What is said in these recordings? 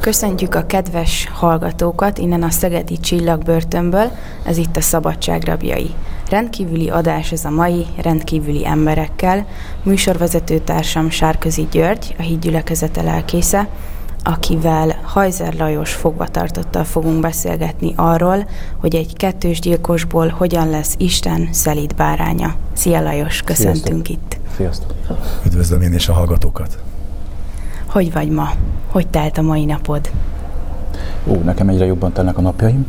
Köszöntjük a kedves hallgatókat innen a szegedi Csillagbörtönből, ez itt a Szabadság rabjai. Rendkívüli adás ez a mai, rendkívüli emberekkel. Műsorvezetőtársam Sárközi György, a Hídgyülekezete lelkésze, akivel Hajzer Lajos fogvatartottal fogunk beszélgetni arról, hogy egy kettős gyilkosból hogyan lesz Isten szelíd báránya. Szia Lajos, köszöntünk itt. Sziasztok. Üdvözlöm én is a hallgatókat. Hogy vagy ma? Hogy telt a mai napod? Nekem egyre jobban telnek a napjaim.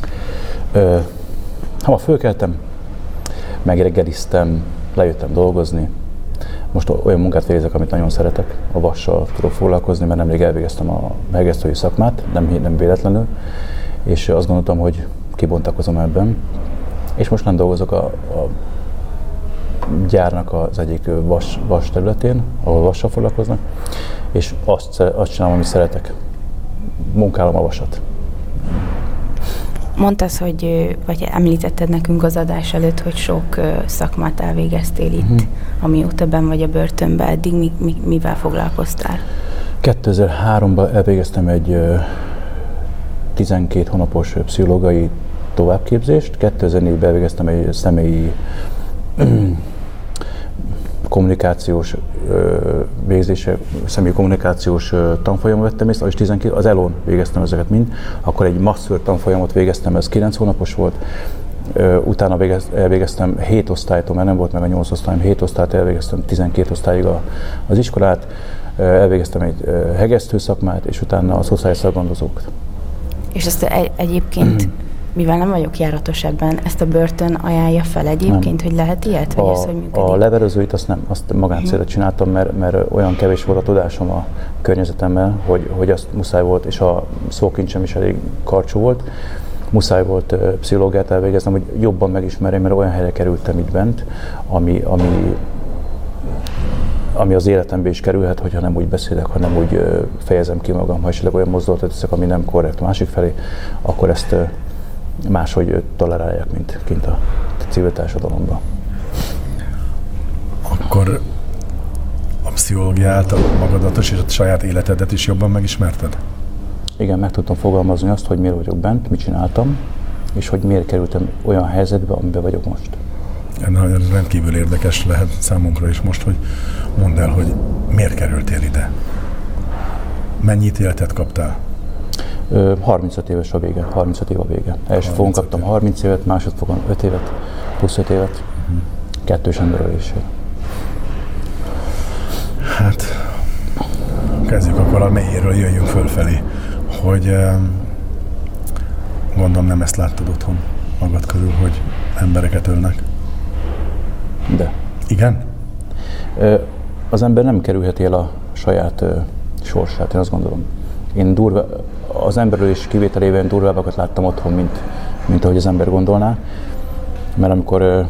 Ha fölkeltem, megreggeliztem, lejöttem dolgozni. Most olyan munkát végzek, amit nagyon szeretek. A vassal tudok foglalkozni, mert nemrég elvégeztem a megesztői szakmát, nem véletlenül. És azt gondoltam, hogy kibontakozom ebben. És most nem dolgozok a gyárnak az egyik vas területén, ahol vassal foglalkoznak, és azt csinálom, amit szeretek. Munkálom a vasat. Mondtad, vagy említetted nekünk az adás előtt, hogy sok szakmát elvégeztél itt, amióta benn vagy a börtönben. Eddig mivel foglalkoztál? 2003-ban elvégeztem egy 12 hónapos pszichológiai továbbképzést, 2004-ben elvégeztem egy személyi kommunikációs végzése, személyi kommunikációs tanfolyamot vettem részt, és 12, az ELON végeztem ezeket mind, akkor egy masször tanfolyamot végeztem, ez 9 hónapos volt, utána elvégeztem 7 osztálytól, mert nem volt meg a 8 osztályom, 7 osztályt elvégeztem, 12 osztályig az iskolát, elvégeztem egy hegesztő szakmát, és utána a szociális szakgondozókat. És ezt egyébként mivel nem vagyok járatos ebben, ezt a börtön ajánlja fel egyébként, hogy lehet ilyet? Vagy ez, hogy működik? A leverőzőit azt magáncélra csináltam, mert olyan kevés volt a tudásom a környezetemmel, hogy azt muszáj volt, és a szókincsem is elég karcsú volt, muszáj volt pszichológiát elvégeznem, hogy jobban megismerjem, mert olyan helyre kerültem itt bent, ami az életembe is kerülhet, hogyha nem úgy beszélek, hanem úgy fejezem ki magam, ha esetleg olyan mozdulatot teszek, ami nem korrekt a másik felé, akkor ezt máshogy tolerálják, mint kint a civil társadalomban. Akkor a pszichológiát, a magadat és a saját életedet is jobban megismerted? Igen, meg tudtam fogalmazni azt, hogy miért vagyok bent, mit csináltam, és hogy miért kerültem olyan helyzetbe, amiben vagyok most. Ez rendkívül érdekes lehet számunkra is most, hogy mondd el, hogy miért kerültél ide? Mennyi ítéletet kaptál? 35 éves a vége, 35 év a vége. Első fogon kaptam 30 évet, másodfogon 5 évet, plusz 5 évet, kettős emberölésért. Hát, kezdjük akkor a mélyéről, jöjjünk fölfelé, hogy gondolom nem ezt láttad otthon magad körül, hogy embereket ölnek. De. Igen? Az ember nem kerülheti el a saját sorsát, én azt gondolom. Én az emberölés kivételével durvábbakat láttam otthon, mint ahogy az ember gondolná. Mert amikor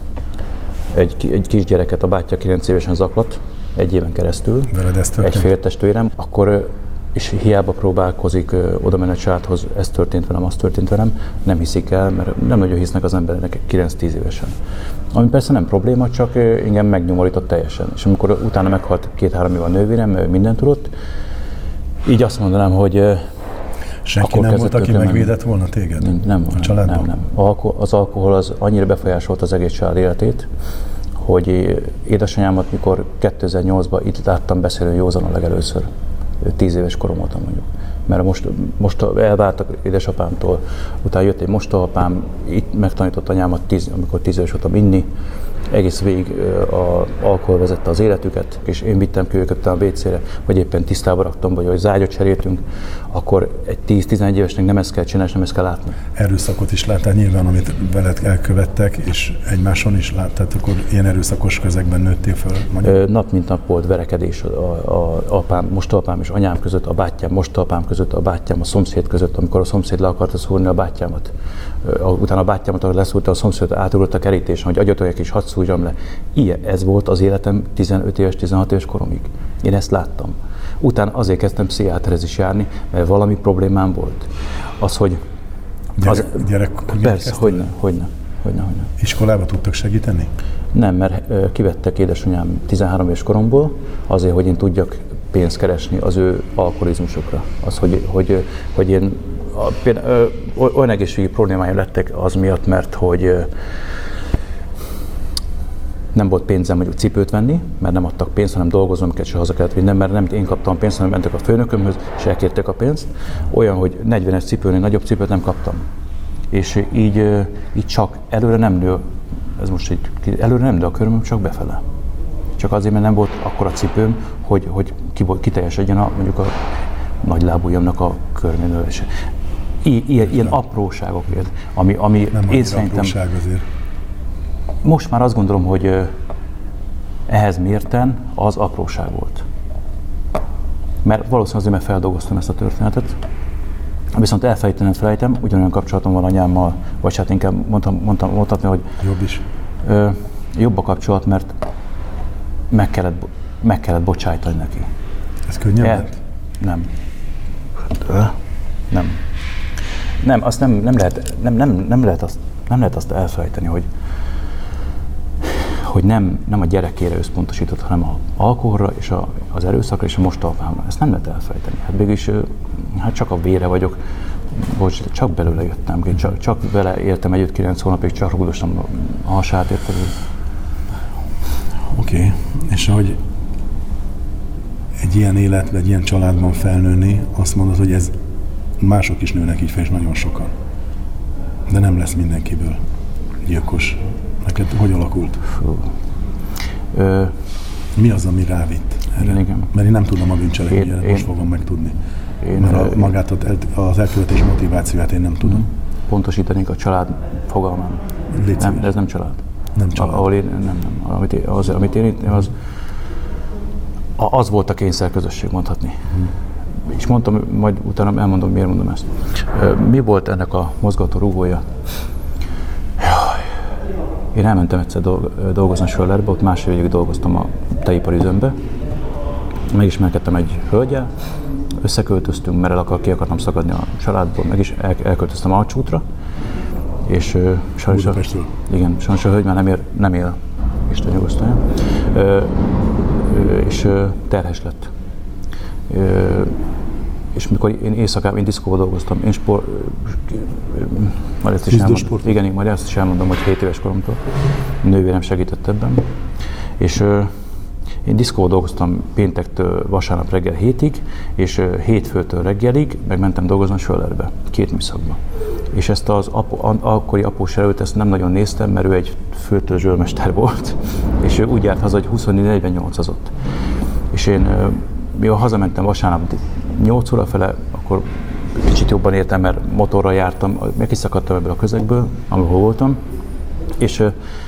egy kisgyereket a bátyja 9 évesen zaklat, 1 éven keresztül, egy féltestvérem, akkor és hiába próbálkozik oda menni a családhoz, ez történt velem, az történt velem, nem hiszik el, mert nem nagyon hisznek az embernek 9-10 évesen. Ami persze nem probléma, csak engem megnyomorított teljesen. És amikor utána meghalt 2-3 év a nővérem, mindent tudott, így azt mondanám, hogy senki nem volt, aki megvédett volna téged? Nem. A családban? Nem. Az alkohol az annyira befolyásolt az egész család életét, hogy édesanyámat, mikor 2008-ban itt láttam beszélni józan a legelőször. 10 éves korom voltam mondjuk. Mert most elváltak édesapámtól, utána jött egy mostohaapám, itt megtanított anyámat, amikor 10 éves voltam inni, egész végig alkohol vezette az életüket, és én vittem ki őket a WC-re, vagy éppen tisztába raktam, vagy hogy zágyat cseréltünk, akkor egy 10-11 évesnek nem ezt kell csinálni, nem ezt kell látni. Erőszakot is láttál nyilván, amit veled elkövettek, és egymáson is láttál, akkor ilyen erőszakos közegben nőttél föl? Nap mint nap volt verekedés mostohaapám és anyám között, a bátyám, mostohaapám között, a bátyám, a szomszéd között, amikor a szomszéd le akarta szúrni a bátyámat. Utána a bátyámat, ahogy leszúrta a szomszéd, átugott a kerítésen, hogy agyatoljak és hadd szúrjam le. Ez volt az életem 15 éves, 16 éves koromig. Én ezt láttam. Utána azért kezdtem pszichiáterhez is járni, mert valami problémám volt. Az, hogy... Persze, hogyne. Iskolába tudtak segíteni? Nem, mert kivettek édesanyám 13 éves koromból, azért, hogy én tudjak pénzt keresni az ő alkoholizmusokra. Az, hogy én például olyan egészségügyi problémáim lettek az miatt, mert hogy nem volt pénzem mondjuk cipőt venni, mert nem adtak pénzt, hanem dolgozom, amiket se haza kellett vinnem, mert nem én kaptam pénzt, hanem mentek a főnökömhöz, és elkértek a pénzt. Olyan, hogy 40-es cipőnél nagyobb cipőt nem kaptam. És így csak előre nem nő, ez most így, előre nem nő a körömöm, csak befele. Csak azért, mert nem volt akkora cipőm, hogy kiteljesedjen mondjuk a nagylábujjamnak a körménynövelése. Ilyen apróságokért, ami nem én szerintem... apróság azért. Most már azt gondolom, hogy ehhez mérten az apróság volt. Mert valószínűleg azért, mert feldolgoztam ezt a történetet. Viszont elfelejtem, ugyanolyan kapcsolatom van anyámmal, vagy hát inkább mondhatni, hogy jobb is. Jobb a kapcsolat, mert meg kellett bocsájtani neki. Ez könnyebb lett? Nem. Nem, azt nem lehet azt elfelejteni, hogy nem a gyerekére összpontosított, hanem az alkoholra és az erőszakra és a mostalpámra. Ezt nem lehet elfelejteni. Hát mégis csak a vére vagyok, csak belőle jöttem ki, csak vele éltem együtt 9 hónapig, csak rúgdostam a hasát, érted? Oké. És ahogy egy ilyen életben, egy ilyen családban felnőni, azt mondod, hogy ez mások is nőnek így fel, és nagyon sokan. De nem lesz mindenkiből gyilkos. Neked hogy alakult? Mi az, ami rávitt erre? Igen. Mert én nem tudom a bűncselekményeket, most fogom megtudni. Mert magát az elkövetés motivációját én nem tudom. Pontosítanék a család fogalmán. Nem, ez nem család. Nem család. Ahol én, amit én itt, az volt a kényszerközösség, mondhatni. És mondtam, majd utána elmondom, miért mondom ezt. Mi volt ennek a mozgató rúgója? Én elmentem egyszer dolgozni Schöllerbe, ott másfél évig dolgoztam a tejipari üzembe. Megismerkedtem egy hölgyel, összeköltöztünk, mert ki akartam szakadni a családból, meg is elköltöztem Alcsútra. És sajnos a hölgy már nem él, Isten nyugosztalja, és terhes lett. És mikor én éjszakában, én diszkóban dolgoztam, majd ezt is elmondom, hogy 7 éves koromtól nővérem segített ebben. És én diszkóban dolgoztam péntektől vasárnap reggel 7-ig, és hétfőtől reggelig megmentem dolgozni Schöllerbe, 2 műszakba. És ezt az akkori após erőt ezt nem nagyon néztem, mert ő egy főtörzsőrmester volt, és ő úgy járt haza, hogy 24-48-azott. És én, mivel hazamentem vasárnap 8 óra fele, akkor kicsit jobban értem, mert motorral jártam, meg kiszakadtam ebből a közegből, ahol voltam, és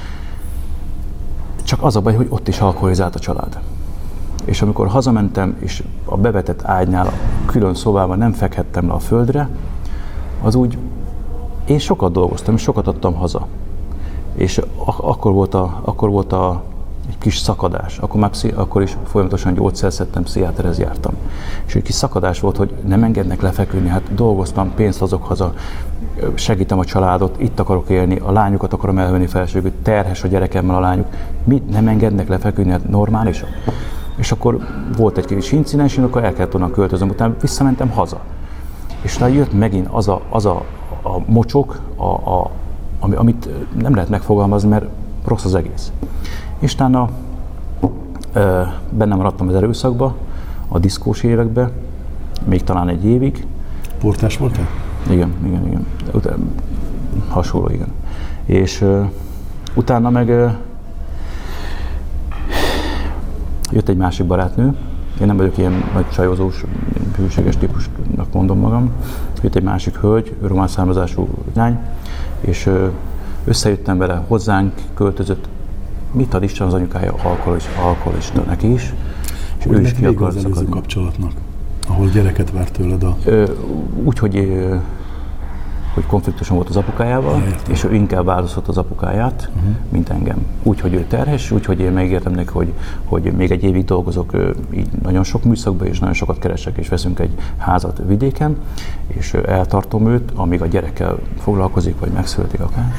csak az a baj, hogy ott is alkoholizált a család. És amikor hazamentem, és a bevetett ágynál, a külön szobában nem fekhettem le a földre, az úgy, én sokat dolgoztam, és sokat adtam haza. És akkor volt egy kis szakadás. Akkor is folyamatosan gyógyszert szedtem, pszichiáterhez jártam. És egy kis szakadás volt, hogy nem engednek lefeküdni, hát dolgoztam, pénzt hozok haza, segítem a családot, itt akarok élni, a lányokat akarom elvenni felségül, terhes a gyerekemmel a lányuk. Mit nem engednek lefeküdni, hát normálisan? És akkor volt egy kis incidens, én akkor el kellett onnan költözöm, utána visszamentem haza. És utána jött megint az a mocsok, amit nem lehet megfogalmazni, mert rossz az egész. És utána benne maradtam az erőszakba, a diszkós évekbe, még talán 1 évig. Portás voltál? Igen. Hasonló, igen. És utána meg jött egy másik barátnő. Én nem vagyok ilyen nagy csajozós, hűséges típusnak mondom magam. Jött egy másik hölgy, román származású lány, és összejöttem vele, hozzánk költözött. Mit ad Isten, az anyukája alkoholista neki is, és ő is ki akart szakadni. Kapcsolatnak, ahol gyereket várt tőled úgy, hogy konfliktusom volt az apukájával, és ő inkább választott az apukáját, mint engem. Úgy, hogy ő terhes, úgy, hogy én megígértem neki, hogy még 1 évig dolgozok így nagyon sok műszakban, és nagyon sokat keresek, és veszünk egy házat vidéken, és eltartom őt, amíg a gyerekkel foglalkozik, vagy megszületik akár.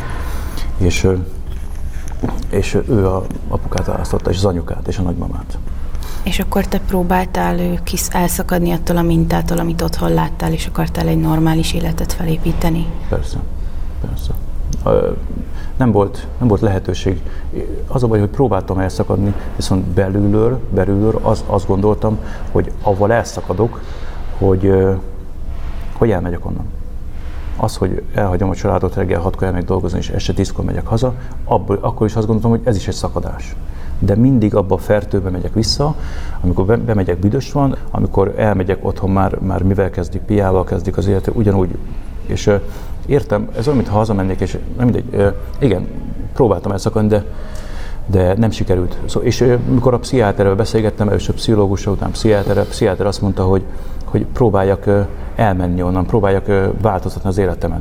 És ő az apukát választotta, és az anyukát, és a nagymamát. És akkor te próbáltál elszakadni attól a mintától, amit otthon láttál, és akartál egy normális életet felépíteni? Persze. Nem volt lehetőség. Az a baj, hogy próbáltam elszakadni, viszont belülről azt gondoltam, hogy avval elszakadok, hogy elmegyek onnan. Az, hogy elhagyom a családot, reggel 6-kor elmegyek dolgozni, és este 10-kor megyek haza, akkor is azt gondoltam, hogy ez is egy szakadás. De mindig abba a fertőbe megyek vissza, amikor bemegyek büdös van, amikor elmegyek otthon már mivel kezdik, piával kezdik az életet, ugyanúgy. És értem, ez olyan, mintha hazamennék, és nem mindegy, igen, próbáltam elszakadni, de nem sikerült. És amikor a pszichiáterrel beszélgettem, először pszichológussal, után pszichiáter azt mondta, hogy próbáljak elmenni onnan, próbáljak változtatni az életemen.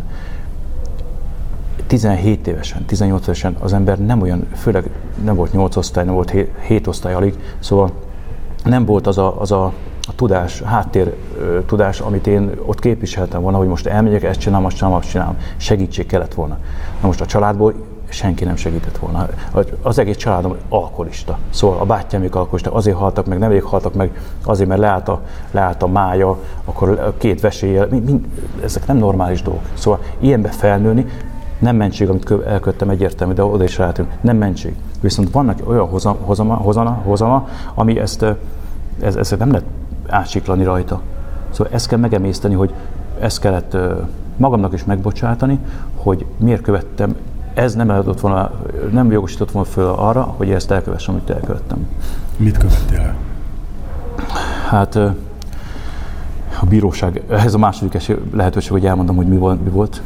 17 évesen, 18 évesen az ember nem olyan, főleg nem volt 8 osztály, nem volt 7 osztály alig, szóval nem volt az a tudás, háttér tudás, amit én ott képviseltem volna, hogy most elmegyek, ezt csinálom, azt csinálom. Segítség kellett volna. Na most a családból senki nem segített volna. Az egész családom alkoholista. Szóval a bátyámik alkoholista, azért haltak meg, nem elég haltak meg, azért, mert leállt a mája, akkor 2 vesélyel, ezek nem normális dolgok. Szóval ilyenbe felnőni, nem mentség, amit elkövettem egyértelmű, de oda is rájöttünk, nem mentség. Viszont vannak olyan hozama, ami ezt nem lehet átsiklani rajta. Szóval ezt kell megemészteni, hogy ezt kellett magamnak is megbocsátani, hogy miért követtem, ez nem jogosított volna föl arra, hogy ezt elkövessem, amit elkövettem. Mit követtél el? Hát a bíróság, ez a második lehetőség, hogy elmondom, hogy mi volt.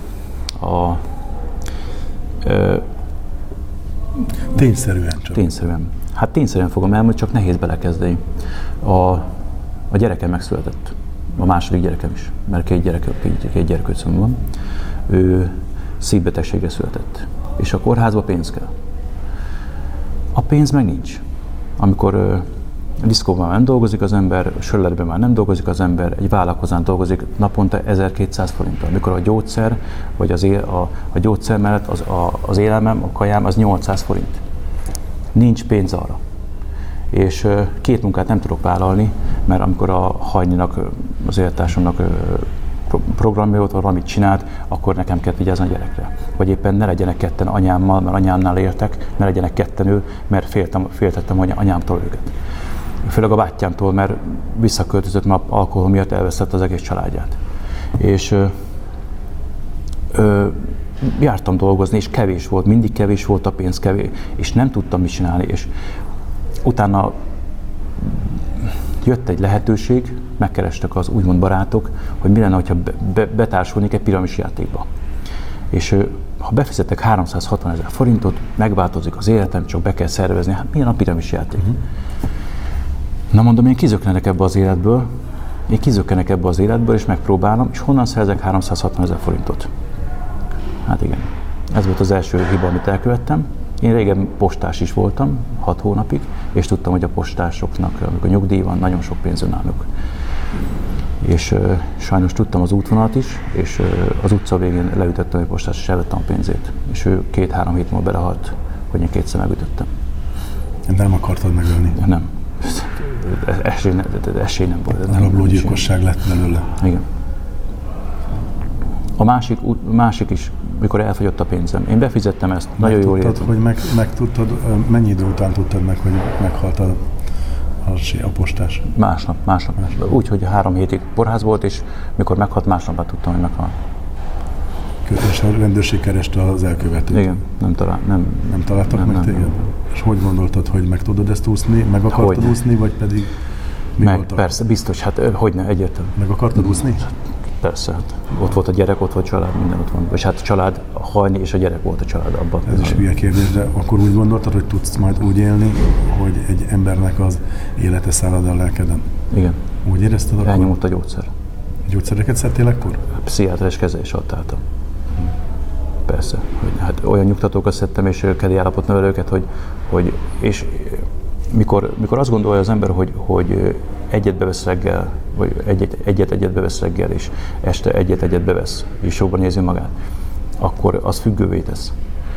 Tényszerűen csak. Tényszerűen. Hát tényszerűen fogom elmondani, csak nehéz belekezdeni. A gyerekem megszületett. A második gyerekem is, mert két gyerkőcöm van. Ő szívbetegségre született. És a kórházba pénz kell. A pénz meg nincs. Amikor diszkóban nem dolgozik az ember, söllerben már nem dolgozik az ember, egy vállalkozán dolgozik naponta 1200 forinttal. Amikor a gyógyszer, vagy a gyógyszer mellett az élelmem, a kajám, az 800 forint. Nincs pénz arra. És 2 munkát nem tudok vállalni, mert amikor a Hajninak, az élettársamnak programja volt, valamit csinált, akkor nekem kell vigyázni a gyerekre. Vagy éppen ne legyenek ketten anyámmal, mert anyámnál éltek, ne legyenek ketten ő, mert féltettem anyámtól őket. Főleg a bátyámtól, mert visszaköltözött, mert alkohol miatt elvesztett az egész családját. És jártam dolgozni, és kevés volt, mindig kevés volt a pénz, kevés, és nem tudtam mit csinálni. És utána jött egy lehetőség, megkerestek az úgymond barátok, hogy mi lenne, hogyha betársulnék egy piramis játékba. És ha befizetek 360 000 forintot, megváltozik az életem, csak be kell szervezni. Hát milyen a piramis játék? Na mondom, én kizökkenek ebbe az életből, és megpróbálom, és honnan szerzek 360 000 forintot? Hát igen, ez volt az első hiba, amit elkövettem. Én régen postás is voltam, 6 hónapig, és tudtam, hogy a postásoknak, amikor nyugdíj van, nagyon sok pénz jön náluk. És sajnos tudtam az útvonalat is, és az utca végén leütöttem egy postást, és elvettem a pénzét. És ő 2-3 hét múlva belehalt, hogy én 2-szer megütöttem. De nem akartad megölni? Nem. Esély nem volt. A rablógyilkosság lett belőle. Igen. A másik is, mikor elfogyott a pénzem. Én befizettem ezt, nagyon jól értem. Hogy megtudtad, mennyi idő után tudtad meg, hogy meghalt a postás? Másnap. Úgy, hogy 3 hétig kórház volt, és mikor meghalt, másnapban tudtam, hogy meghalt. És a rendőrség kereste az elkövetőt? Igen, nem találtak meg téged? És hogy gondoltad, hogy meg tudod ezt úszni? Meg akartad úszni, vagy pedig persze, biztos, hát hogyne, egyértelmű. Meg akartad úszni? Persze, hát ott volt a gyerek, ott volt a család, minden ott van. Vagy hát a család, a Hajni és a gyerek volt a család abban. Ez is hülye kérdés, de akkor úgy gondoltad, hogy tudsz majd úgy élni, hogy egy embernek az élete szárad a lelkeden? Igen. Úgy érezted akkor? Elnyomott a gyógyszer. Gyógyszereket szedtél akkor? Pszichiáteres kezelés alatt álltam. Persze, hogy hát olyan nyugtatókat szedtem, és kedi állapotnevelőket, hogy és mikor azt gondolja az ember, hogy egyet bevesz reggel, vagy egyet bevesz reggel, és este egyet bevesz, és jobban érzi magát, akkor az függővé tesz.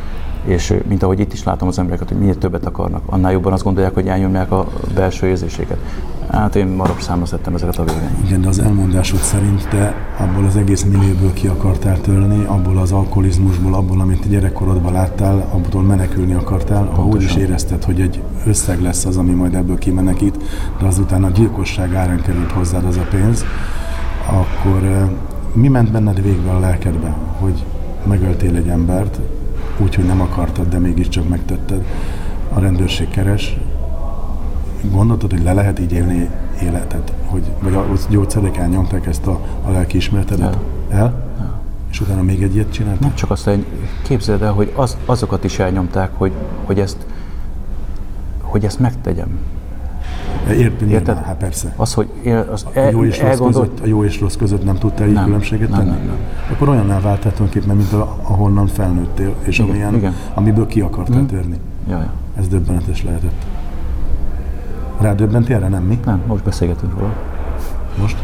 És mint ahogy itt is látom az embereket, hogy minél többet akarnak, annál jobban azt gondolják, hogy elnyomják a belső érzéseket. Hát én marok számra szedtem ezeket a végén. Igen, de az elmondásod szerint te abból az egész millióból ki akartál törni, abból az alkoholizmusból, abból, amit gyerekkorodban láttál, abból menekülni akartál, ha úgy is érezted, hogy egy összeg lesz az, ami majd ebből kimenekít, de azután a gyilkosság árán került hozzád az a pénz, akkor mi ment benned végbe a lelkedbe, hogy megöltél egy embert, úgyhogy nem akartad, de mégiscsak megtetted, a rendőrség keres. Gondoltad, hogy le lehet így élni életet? Vagy a gyógyszerekkel nyomták ezt a lelkiismeretedet? El? Ja. És utána még egy ilyet csináltak? Nem csak azt, hogy képzeld el, hogy azokat is elnyomták, hogy ezt megtegyem. Érted? Hát persze. Az, hogy a jó és rossz között nem tudtál így különbséget tenni? Nem. Akkor olyannál váltál tulajdonképpen, mint ahonnan felnőttél, és amiből ki akartál törni. Ja. Ez döbbenetes lehetett. Rádöbbentél erre, nem mi? Nem, most beszélgetünk róla. Most?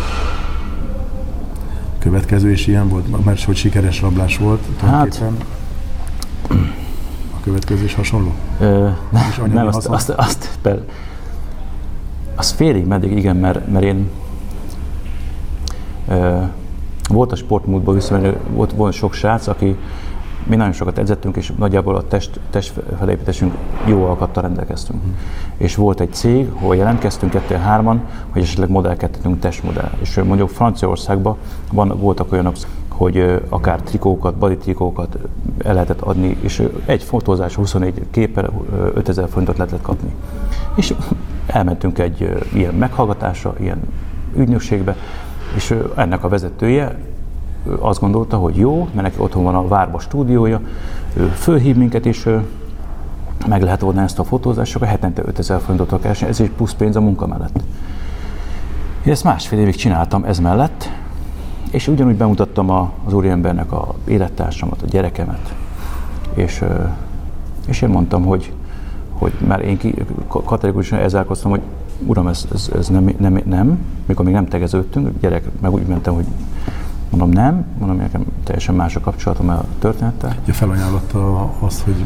Következő is ilyen volt, mert hogy sikeres rablás volt tulajdonképpen. A következő is hasonló? Nem, az félig meddig igen, mert én volt a sportmúltban viszont volt sok srác, aki mi nagyon sokat edzettünk, és nagyjából a testfelépítésünk jó alkattal rendelkeztünk. És volt egy cég, hol jelentkeztünk 2-3-an, hogy esetleg modellkedhetünk, testmodell. És mondjuk Franciaországban voltak olyanok, hogy akár trikókat, body trikókat el lehetett adni, és egy fotózás 24 képpel 5000 forintot lehetett kapni. És elmentünk egy ilyen meghallgatásra, ilyen ügynökségbe, és ennek a vezetője azt gondolta, hogy jó, mert neki otthon van a várba stúdiója, ő fölhív minket, és meg lehet oldani ezt a fotózást, akkor hetente 5000 forintot keresni, ez is plusz pénz a munka mellett. Én ezt másfél évig csináltam ez mellett, és ugyanúgy bemutattam az úriembernek az élettársamat, a gyerekemet, és én mondtam, hogy már én kategorikusan elzárkoztam, hogy uram, ez nem, mikor még nem tegeződtünk, gyerek, meg úgy mentem, hogy mondom, nekem teljesen más a kapcsolatom a történettel. Ja, felajánlotta azt, hogy...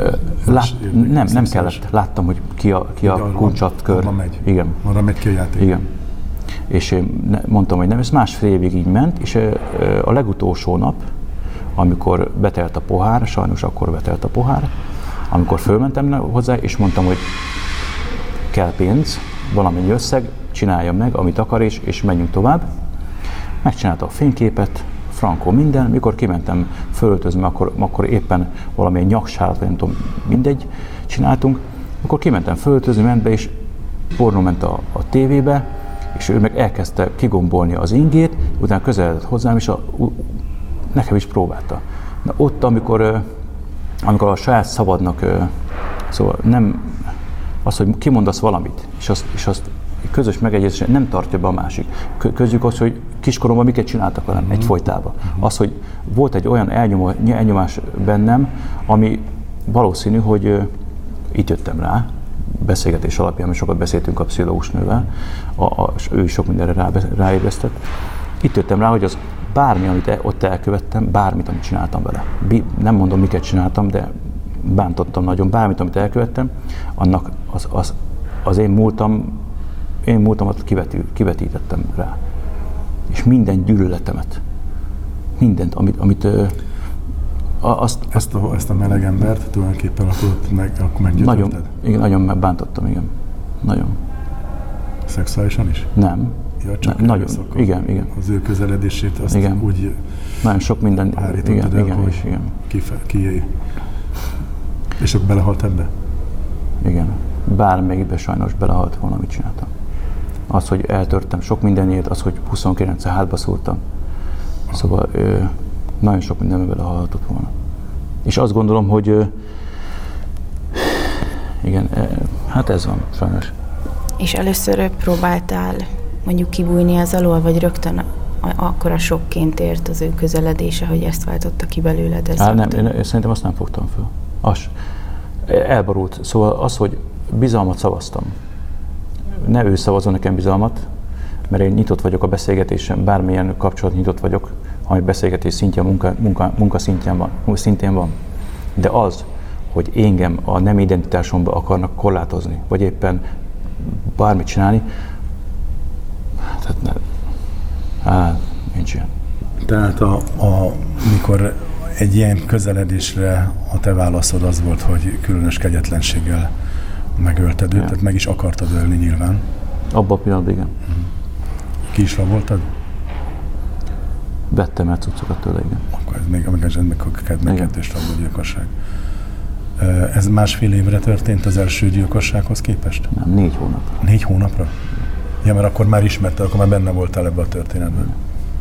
Nem kellett. Láttam, hogy ki a kuncsatkör. Arra megy. Igen. Arra megy ki a játék. Igen. És én mondtam, hogy nem, ez másfél évig így ment, és a legutolsó nap, amikor betelt a pohár, sajnos akkor betelt a pohár, amikor fölmentem hozzá, és mondtam, hogy kell pénz, valamennyi összeg, csinálja meg, amit akar, és menjünk tovább. Megcsinálta a fényképet, frankó minden, mikor kimentem fölöltözni, akkor éppen valamilyen nyaksálat, vagy nem tudom, mindegy csináltunk, akkor kimentem fölöltözni, ment be, és pornó ment a tévébe, és ő meg elkezdte kigombolni az ingét, utána közeledett hozzám, és nekem is próbálta. Na ott, amikor a saját szabadnak, szóval nem az, hogy kimondasz valamit, és azt közös megegyezésen nem tartja be a másik. Közjük azt, hogy kiskoromban miket csináltak velem egyfolytában. Az, hogy volt egy olyan elnyomás bennem, ami valószínű, hogy itt jöttem rá, beszélgetés alapján, mi sokat beszéltünk a pszichológusnővel, ő is sok mindenre ráébresztett. Itt jöttem rá, hogy az bármi, amit ott elkövettem, bármit, amit csináltam vele. Nem mondom, miket csináltam, de bántottam nagyon. Bármit, amit elkövettem, annak az én múltamat kivetítettem rá. És minden gyűlöletemet, mindent, amit ezt a meleg embert tulajdonképpen akkor meggyötörted? Nagyon megbántottam, igen. Nagyon. Szexuálisan is? Nem. Ja, csak nagyon, igen. Az ő közeledését azt igen. úgy nagyon sok minden hárítottad el, hogy kié. És akkor belehalt ebbe? Igen. Bármelyikbe sajnos belehalt volna, amit csináltam. Az, hogy eltörtem sok mindenért, az, hogy 29-szer hátba szúrtam. Szóval nagyon sok mindenben belehalhatott volna. És azt gondolom, hogy igen, hát ez van, sajnos. És először próbáltál mondjuk kibújni az alól, vagy rögtön akkora sokként ért az ő közeledése, hogy ezt váltotta ki belőled? Nem, én szerintem azt nem fogtam föl. Elborult. Szóval az, hogy bizalmat szavaztam. Ne ő szavazzon nekem bizalmat, mert én nyitott vagyok a beszélgetésen, bármilyen kapcsolat nyitott vagyok, ami beszélgetés szintjén, munka szintjén van. De az, hogy engem a nem identitásomba akarnak korlátozni, vagy éppen bármit csinálni, nincs ilyen. Tehát mikor egy ilyen közeledésre a te válaszod az volt, hogy különös kegyetlenséggel megölted őt, tehát meg is akartad ölni nyilván. Abban a pillanatban igen. Ki is raboltad? Vettem el cuccokat tőle, igen. Akkor ez még megkettős rablógyilkosság. Ez másfél évre történt az első gyilkossághoz képest? Nem, 4 hónap. 4 hónapra? Ja, mert akkor már ismerted, akkor már benne voltál ebbe a történetben.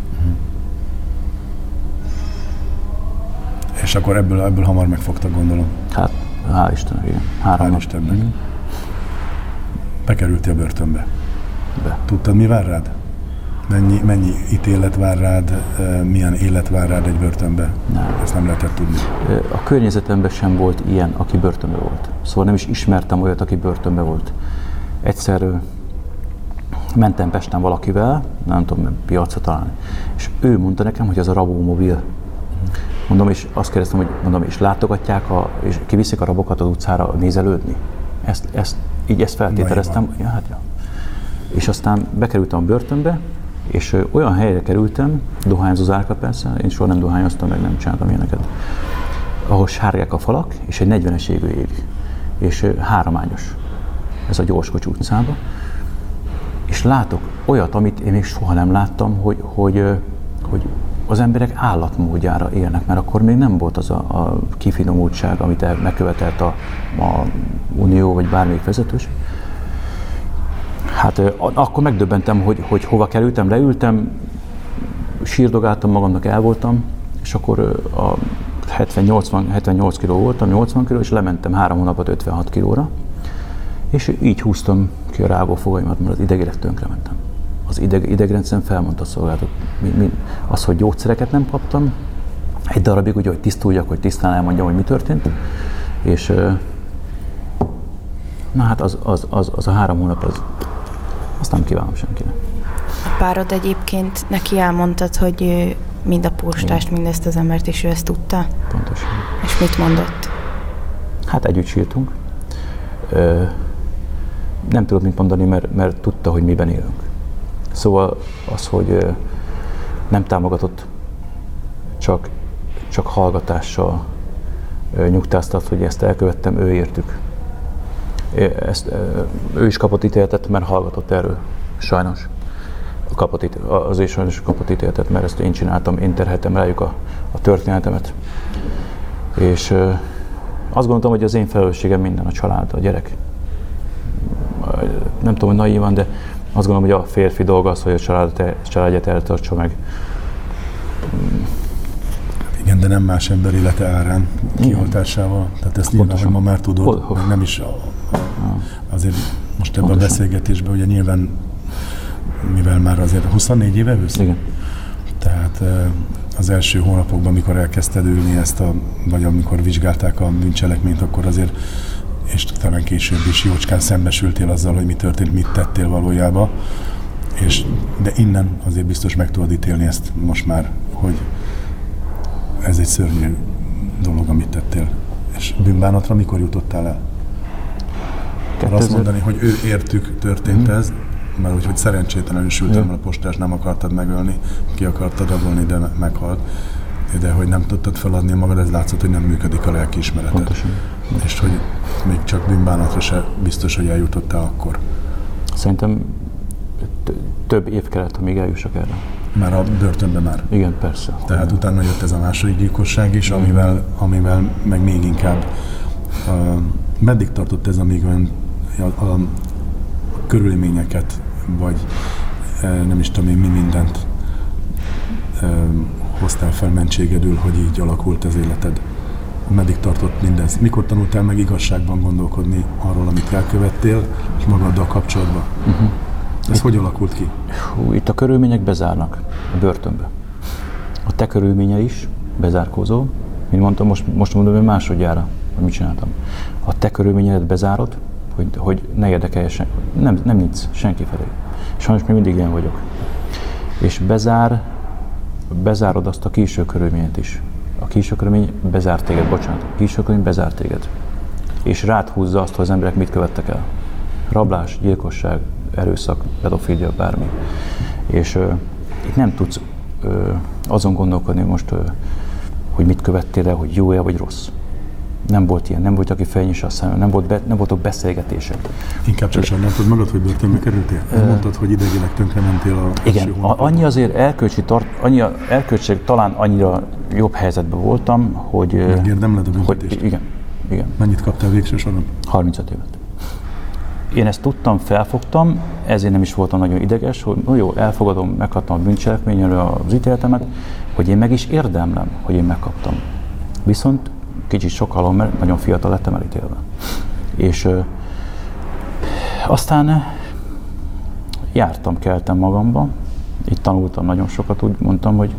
És akkor ebből hamar megfogtak, gondolom. Hát, hál' Istennek, igen. 3 Hál' nap. Istennek. Bekerültél a börtönbe. Be. Tudtad, mi vár rád? Mennyi ítélet vár rád, milyen élet vár rád egy börtönbe? Nem. Ezt nem lehetett tudni. A környezetemben sem volt ilyen, aki börtönbe volt. Szóval nem is ismertem olyat, aki börtönbe volt. Egyszer mentem Pesten valakivel, nem tudom, piacra találni, és ő mondta nekem, hogy ez a rabómobil. Mondom, és azt kérdeztem, hogy mondom, és látogatják, és kiviszik a rabokat az utcára nézelődni? Ezt feltételeztem. Ja, hát ja. És aztán bekerültem a börtönbe, és olyan helyre kerültem, dohányzó zárka persze, én soha nem dohányoztam, meg nem csináltam ilyeneket, ahol sárgák a falak, és egy 40-es égő ég, és 3 ágyos, ez a Gyorskocs utcába, és látok olyat, amit én még soha nem láttam, hogy az emberek állatmódjára élnek, mert akkor még nem volt az a kifinomultság, amit megkövetelt a Unió, vagy bármelyik vezetőség. Hát akkor megdöbbentem, hogy hova kerültem, leültem, sírdogáltam magamnak, el voltam, és akkor a 78 kiló voltam, 80 kiló, és lementem 3 hónapot 56 kilóra, és így húztam ki a rágófogaimat, mert az idegileg tönkrementem. Az idegrendszerem felmondta a szolgálatot. Az, hogy gyógyszereket nem kaptam, egy darabig ugye, hogy tisztuljak, hogy tisztán elmondjam, hogy mi történt, és na hát az a 3 hónap, azt nem kívánom senkinek. A párod egyébként neki elmondtad, hogy mind a postást, mindezt az embert, és ő ezt tudta? Pontosan. És mit mondott? Hát együtt sírtunk. Nem tudok mit mondani, mert tudta, hogy miben élünk. Szóval az, hogy nem támogatott, csak hallgatással nyugtáztat, hogy ezt elkövettem, ő értük. Ő is kapott ítéletet, mert hallgatott erről. Sajnos. Az is sajnos kapott ítéletet, mert ezt én csináltam, én terheltem rájuk a történetemet. És azt gondoltam, hogy az én felelősségem minden, a család, a gyerek. Nem tudom, hogy naívan, de azt gondolom, hogy a férfi dolga az, hogy a családját eltartsa meg. Igen, de nem más ember élete árán kioltásával. Tehát ezt nyilván, hogy ma már tudod, meg nem is azért most ebben a beszélgetésben, ugye nyilván, mivel már azért 24 éve ősz? Igen. Tehát az első hónapokban, amikor elkezdted ülni vagy amikor vizsgálták a bűncselekményt, akkor azért, és talán később is jócskán szembesültél azzal, hogy mi történt, mit tettél valójában. De innen azért biztos meg tudod ítélni ezt most már, hogy ez egy szörnyű dolog, amit tettél. És bűnbánatra mikor jutottál el? Azt mondani, hogy ő értük történt ez, mert hogy szerencsétlenül sültem, mert a postás nem akartad megölni, ki akartad rabolni, de meghalt. De hogy nem tudtad feladni magad, ez látszott, hogy nem működik a lelkiismereted. Pontosan. És hogy még csak bűnbánatra se biztos, hogy eljutottál akkor. Szerintem több év kellett, amíg eljussak erre. Már a börtönben már? Igen, persze. Tehát utána jött ez a második gyilkosság is, amivel meg még inkább. Meddig tartott ez, amíg olyan a körülményeket, vagy nem is tudom én mi mindent hoztál fel mentségedül, hogy így alakult az életed? Meddig tartott mindez? Mikor tanultál meg igazságban gondolkodni arról, amit elkövettél, és magaddal kapcsolatban? Ez hogy alakult ki? Itt a körülmények bezárnak a börtönbe. A te körülménye is bezárkózó. Mint mondtam, most mondom, hogy másodjára, hogy mit csináltam. A te körülményedet bezárod, hogy ne érdekelje nem nyitsz senki felé. Sajnos még mindig ilyen vagyok. És bezárod azt a külső körülményt is. a külső körülmény bezárt téged, bocsánat, a külső körülmény bezárt téged. És rád húzza azt, hogy az emberek mit követtek el. Rablás, gyilkosság, erőszak, pedofilia, bármi. És itt nem tudsz azon gondolkodni most, hogy mit követtél el, hogy jó-e vagy rossz. Nem volt ilyen, nem volt, aki felnyissa a szemem, nem voltak beszélgetések. Inkább csak sajnáltad magad, hogy börtönbe kerültél? Mondtad, hogy idegileg tönkre mentél a igen, annyi azért erkölcsileg talán annyira jobb helyzetben voltam, hogy... Megérdemled a büntetést? Igen. Mennyit kaptál végső soron? 35 évet. Én ezt tudtam, felfogtam, ezért nem is voltam nagyon ideges, hogy jó, elfogadom, megkaptam a bűncselekményről az ítéletemet, hogy én meg is érdemlem, hogy én megkaptam. Viszont kicsit sokalom, mert nagyon fiatal lettem elítélve. És aztán keltem magamba, itt tanultam nagyon sokat, úgy mondtam, hogy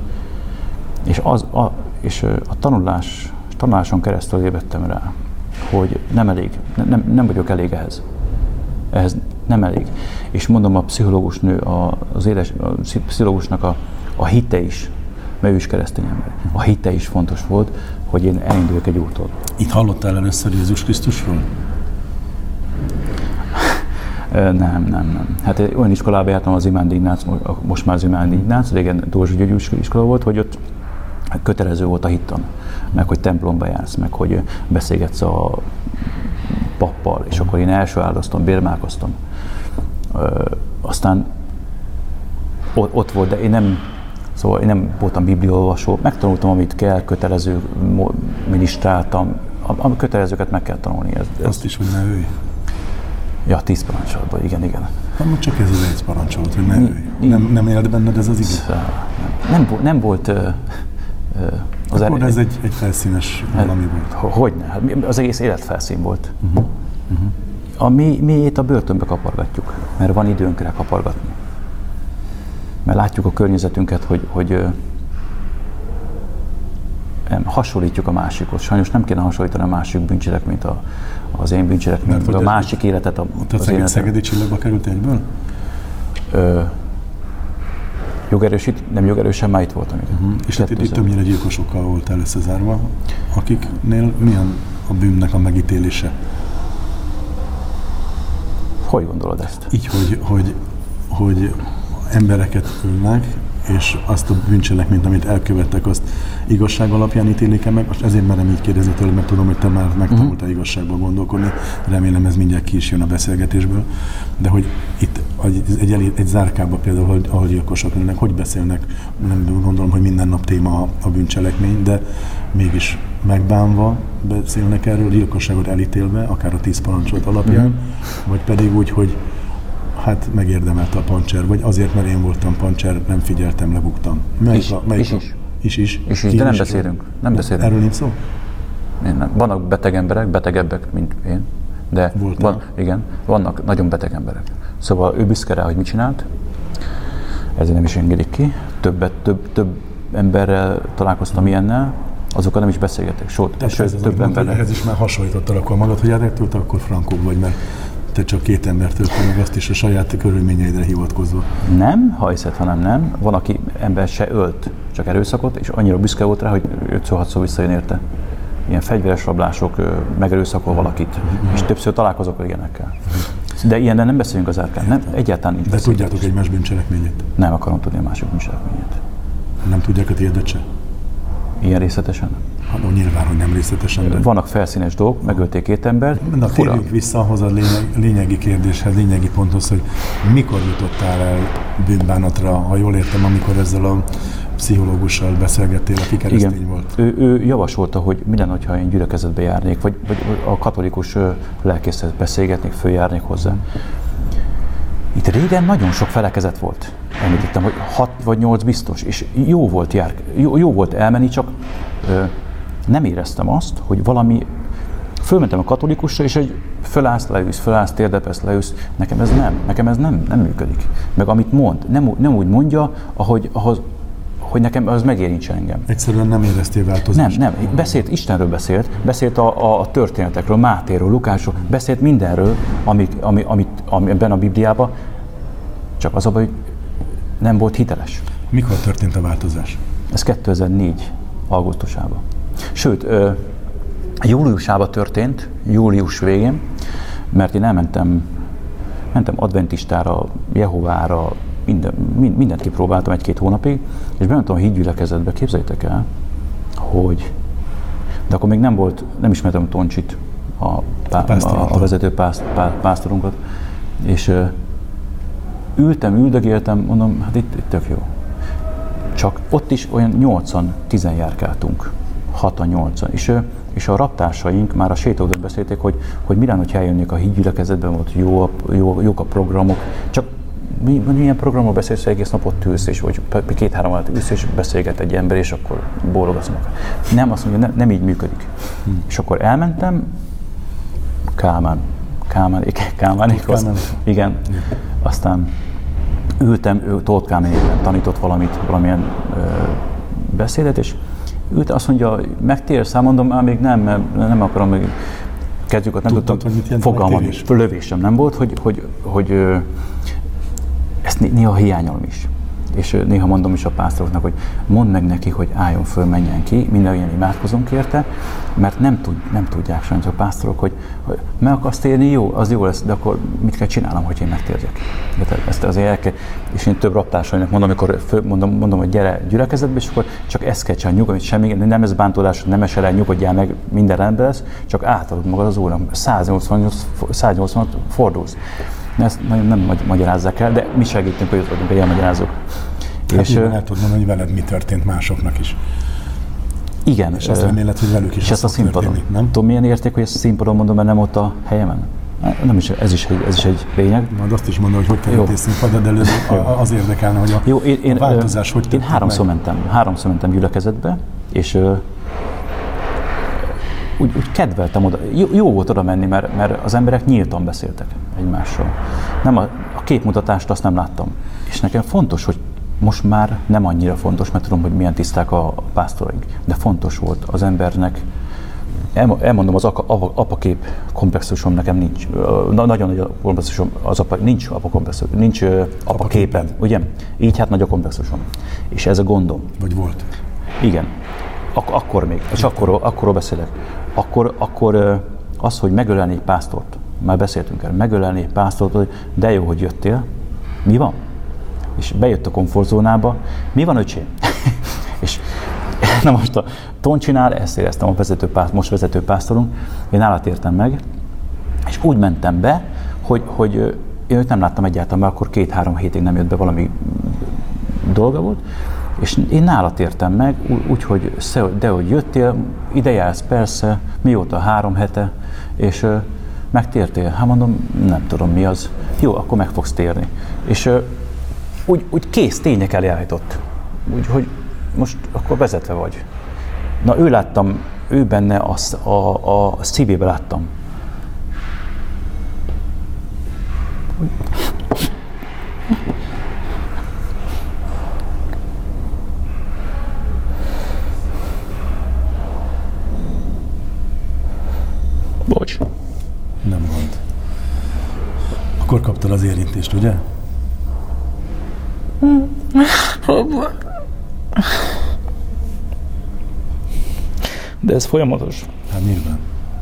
és a tanuláson keresztül ébredtem rá, hogy nem elég, nem vagyok elég ehhez. Ehhez nem elég. És mondom, a pszichológus nő, a pszichológusnak a hite is, mert ő is keresztény ember. A hite is fontos volt, hogy én elinduljak egy úton. Itt hallottál először Jézus Krisztusról? Nem. Hát olyan iskolába jártam, az Imándi Ignác, most már az Imándi Ignác, régen Dózsa György iskola volt, hogy ott kötelező volt a hittan, meg hogy templomba jársz, meg hogy beszélgetsz a pappal, és akkor én első áldoztam, bérmálkoztam. Aztán ott volt, de én nem voltam bibliaolvasó, megtanultam, amit kell, kötelező minisztráltam, a kötelezőket meg kell tanulni. Azt is, hogy ne ölj? Ja, 10 parancsolatban, igen. Hát csak ez az egy parancsolat, hogy ne ölj. Nem élt benned ez az igaz? Nem volt... Akkor ez egy felszínes valami volt. Hogyne, hát az egész életfelszín volt. A mélyét a börtönbe kapargatjuk, mert van időnk rá kapargatni. Mert látjuk a környezetünket, hogy hasonlítjuk a másikhoz. Sajnos nem kéne hasonlítani a másik bűncselekményt az én bűncselekményt, a másik életet az életet. Szegedi Csillagba került egyből? Nem jogerősen, már itt voltam. És tehát itt többnyire gyilkosokkal voltál összezárva, akiknél milyen a bűnnek a megítélése? Hogy gondolod ezt? Így, hogy embereket ölnek, és azt a bűncselekményt, amit elkövettek, azt igazság alapján ítélik meg. Most ezért merem így kérdezni tőle, mert tudom, hogy te már megtanultál igazságban gondolkodni. Remélem, ez mindjárt ki is jön a beszélgetésből. De hogy itt egy zárkába például, ahol gyilkosok lennek, hogy beszélnek, nem gondolom, hogy minden nap téma a bűncselekmény, de mégis megbánva beszélnek erről, gyilkosságot elítélve, akár a 10 parancsolat alapján, vagy pedig úgy, hogy hát megérdemelte a pancser, vagy azért, mert én voltam pancser, nem figyeltem, lebuktam. Is. De nem beszélünk. Erről nincs szó? Vannak beteg emberek, betegebbek, mint én, de vannak nagyon beteg emberek. Szóval ő büszke rá, hogy mit csinált, ezért nem is engedik ki. Több emberrel találkoztam ilyennel, azokkal nem is beszélgetek. Több embernek. Ehhez is már hasonlítottál akkor magad, hogy ettől akkor frankóbb vagy, mert te csak 2 embert öltél meg, azt is a saját körülményeidre hivatkozva. Nem, ha hiszed, hanem nem. Van, aki ember se ölt, csak erőszakot, és annyira büszke volt rá, hogy 5-6-szor visszajön érte. Ilyen fegyveres rablások, megerőszakol valakit, és többször találkozok ilyenekkel. De ilyennel nem beszélünk az árkán, nem, egyáltalán nincs. De tudjátok egymás bűncselekményét? Nem akarom tudni a másik bűncselekményét. Nem tudják a tiédet se? Ilyen részletesen? Hát nyilván, hogy nem részletesen. De... Vannak felszínes dolgok, megölték 2 embert. Na, térjünk vissza ahhoz a lényegi kérdéshez, lényegi ponthoz, hogy mikor jutottál el bűnbánatra, ha jól értem, amikor ezzel a pszichológussal beszélgettél, aki keresztény volt. Ő javasolta, hogy minden, hogyha én gyülekezetbe járnék, vagy a katolikus lelkészhez beszélgetnék, följárnék hozzá. Itt régen nagyon sok felekezet volt. Említettem, hogy 6 vagy 8 biztos, és jó volt elmenni, csak nem éreztem azt, hogy valami... Fölmentem a katolikusra, és egy fölállsz, térdepesz, leülsz. Nekem ez nem működik. Meg amit mond, nem úgy mondja, hogy nekem az megérintse engem. Egyszerűen nem éreztél változást? Nem. Istenről beszélt a történetekről, Mátéről, Lukásról, beszélt mindenről, ami ebben a Bibliában, csak az a baj, hogy nem volt hiteles. Mikor történt a változás? Ez 2004 augusztusában. Sőt, júliusában történt, július végén, mert én mentem adventistára, Jehovára, mindent kipróbáltam 1-2 hónapig, és bementem a hídgyülekezetbe, képzeljétek el, hogy, de akkor még nem ismertem Toncsit, a vezető pásztorunkat, és üldögéltem, mondom, hát itt tök jó. Csak ott is olyan 8-10 járkáltunk, 6-8-an, és a raptársaink már a sétaudon beszélték, hogy mi lenne, hogy eljönnék a hídgyülekezetben, volt jók a programok, csak milyen programról beszélsz, egész nap ott ülsz, és vagy 2-3 alatt ülsz, és beszélget egy ember, és akkor bólogatsz meg. Nem, azt mondja, nem így működik. És akkor elmentem, Kálmánékhoz. Igen. Aztán ültem, Tóth Kálmán tanított valamilyen beszédet, és ültem, azt mondja, megtérsz, mondom, még nem akarom, még kezdjük ott, nem tudtam fogalmazni, lövésem nem volt, hogy ezt néha hiányolom is. És néha mondom is a pásztoroknak, hogy mondd meg neki, hogy álljon föl, menjen ki, mindannyian imádkozunk érte, mert nem tudják sajnos a pásztorok, hogy meg akarsz térni, jó, az jó lesz, de akkor mit kell csinálnom, hogy én megtérjek. Ezt azért el kell, és én több raptársainak mondom, amikor mondom, hogy gyere gyülekezetbe, és akkor csak ezt kell csinálni, nyugodj, semmi, nem ez bántódás, nem esel el, nyugodjál meg, minden rendben lesz, csak átadod magad az Úrnak, 180 fordulsz. Ezt nem magyarázzák el, de mi segítünk, hogy ott vagyunk, hogy elmagyarázunk. Hát és el tudod mondani, hogy veled mi történt másoknak is. Igen. És azt reméled, hogy velük is ezt a színpadon. Nem? Tudom, milyen érték, hogy ezt a színpadon mondom, mert nem ott a helyemen? Nem is, ez is egy lényeg. Majd azt is mondom, hogy kerültél színpadra, de előbb az érdekelne, hogy a változás hogy történt. Én háromszor mentem gyülekezetbe, és úgy kedveltem oda. Jó volt oda menni, mert az emberek nyíltan beszéltek egymással. Nem a képmutatást azt nem láttam. És nekem fontos, hogy most már nem annyira fontos, mert tudom, hogy milyen tiszták a pásztoraink, de fontos volt az embernek. Elmondom, az apakép komplexusom nekem nincs. Nagyon nagy a komplexusom, nincs apakomplexusom, nincs apaképem, ugye? Így hát nagy a komplexusom. És ez a gondom. Vagy volt? Igen. Akkor még, és akkorról beszélek. Akkor az, hogy megölelni egy pásztort, már beszéltünk erről, megölelni egy pásztort, hogy de jó, hogy jöttél, mi van? És bejött a komfortzónába, mi van, öcsém? És na most a Toncsinál ezt éreztem, most vezető pásztorunk, én nála tértem meg, és úgy mentem be, hogy én őt nem láttam egyáltalán, mert akkor 2-3 hétig nem jött be, valami dolga volt, és én nála tértem meg, úgyhogy de hogy jöttél, ide jársz persze, mióta 3 hete, és megtértél? Hát mondom, nem tudom mi az. Jó, akkor meg fogsz térni. És úgy kész tények elé állított. Úgyhogy most akkor vezetve vagy. Na ő láttam, ő benne a szívébe láttam. Bocs. Nem volt. Akkor kaptad az érintést, ugye? De ez folyamatos. Hát nyilván.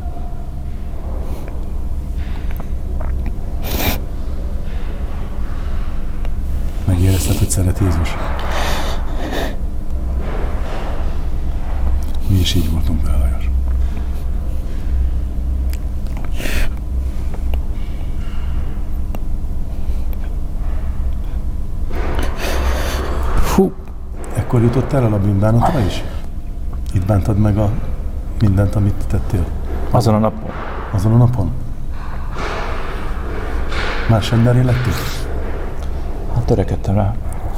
Megérezted, hogy szeret Jézus? Mi is így voltunk vele, Lajos. Hú. Ekkor jutottál el a bűnbánatra is? Itt bántad meg mindent, amit tettél? Azon a napon. Azon a napon? Más emberé lettél? Hát törekedtem rá.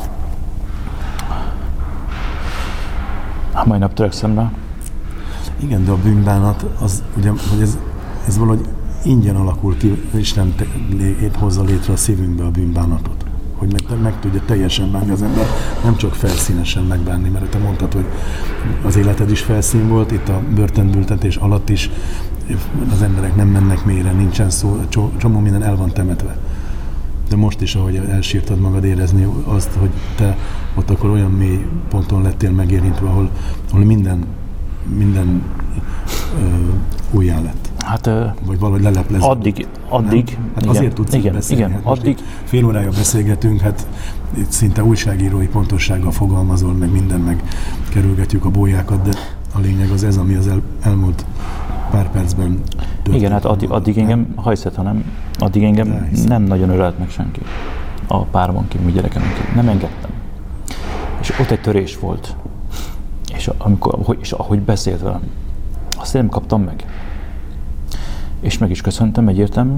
Mai nap törekszem rá. Igen, de a bűnbánat, az ugye, hogy ez valahogy ingyen alakul ki, Isten hozza létre a szívünkbe a bűnbánatot. Hogy meg tudja teljesen bánni az ember, nem csak felszínesen megbánni, mert te mondtad, hogy az életed is felszín volt, itt a börtönbüntetés alatt is az emberek nem mennek mélyre, nincsen szó, csomó minden el van temetve. De most is, ahogy elsírtad magad, érezni azt, hogy te ott akkor olyan mély ponton lettél megérintve, ahol minden újjá lett. Hát, vagy valahogy leleplezett. Addig Hát igen, azért tudsz igen, beszélni. igen, Hát addig. Fél órája beszélgetünk, hát itt szinte újságírói pontossággal fogalmazol, meg minden, meg kerülgetjük a bójákat, de a lényeg az ez, ami az elmúlt pár percben történt. Igen, hát addig engem hajszett, hanem addig engem nem nagyon ölelt meg senki. A páromon kívül, gyerekemen kívül. Nem engedtem. És ott egy törés volt. És ahogy beszélt velem, azt nem kaptam meg. És meg is köszöntem egyértelmű.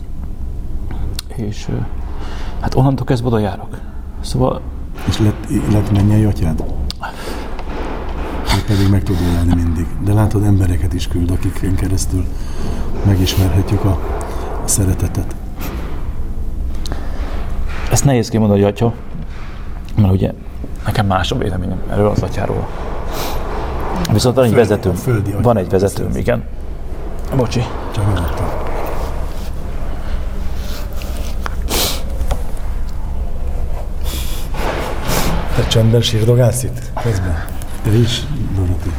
És hát onnantól kezdve oda járok. Szóval... És lett mennyei atyád? Ő pedig meg tud élni mindig. De látod, embereket is küld, akiken keresztül megismerhetjük a szeretetet. Ezt nehéz kimondani, hogy atya, mert ugye nekem más a véleményem erről az atyáról. Viszont van egy vezetőm. Van egy vezetőm, igen. Bocsi. Csak megadtam. Te csendben sírdogálsz itt? Közben. Te is, Doroti.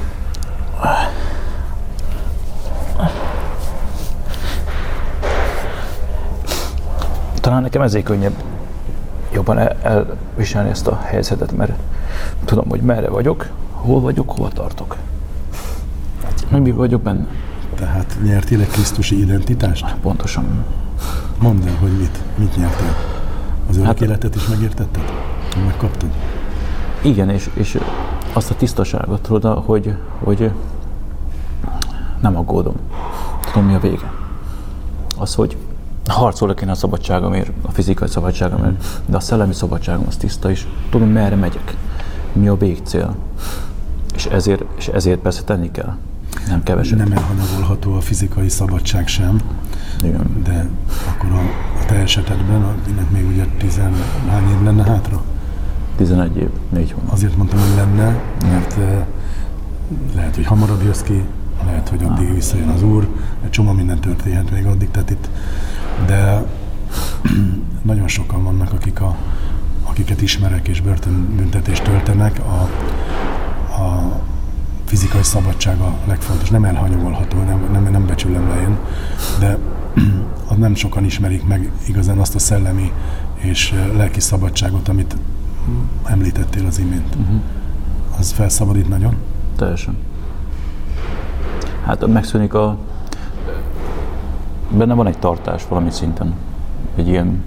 Talán nekem ezért könnyebb jobban elviselni ezt a helyzetet, mert tudom, hogy merre vagyok, hova tartok. Mi vagyok benne. Tehát nyertél egy krisztusi identitást? Pontosan. Mondd el, hogy mit nyertél. Az örök életet is megértetted? Megkaptad? Igen, és azt a tisztaságot tudod, hogy nem aggódom. Tudom, mi a vége. Az, hogy harcolok én a szabadságomért, a fizikai szabadságomért, de a szellemi szabadságom az tiszta, és tudom, merre megyek. Mi a végcél. És ezért persze tenni kell. Nem keveset. Nem elhanyagolható a fizikai szabadság sem. Igen. De akkor a te esetedben, aminek még ugye 10 hány év lenne hátra? 11 év, 4 hónap. Azért mondtam, hogy lenne, mert lehet, hogy hamarabb jössz ki, lehet, hogy addig visszajön az Úr, egy csomó minden történhet még addig, tehát itt, de nagyon sokan vannak, akiket ismerek és börtönbüntetést töltenek, a fizikai szabadság a legfontos, nem elhanyagolható, nem becsülem le én, de nem sokan ismerik meg igazán azt a szellemi és lelki szabadságot, amit említettél az imént. Az felszabadít nagyon? Teljesen. Hát megszűnik benne van egy tartás valami szinten. Egy ilyen,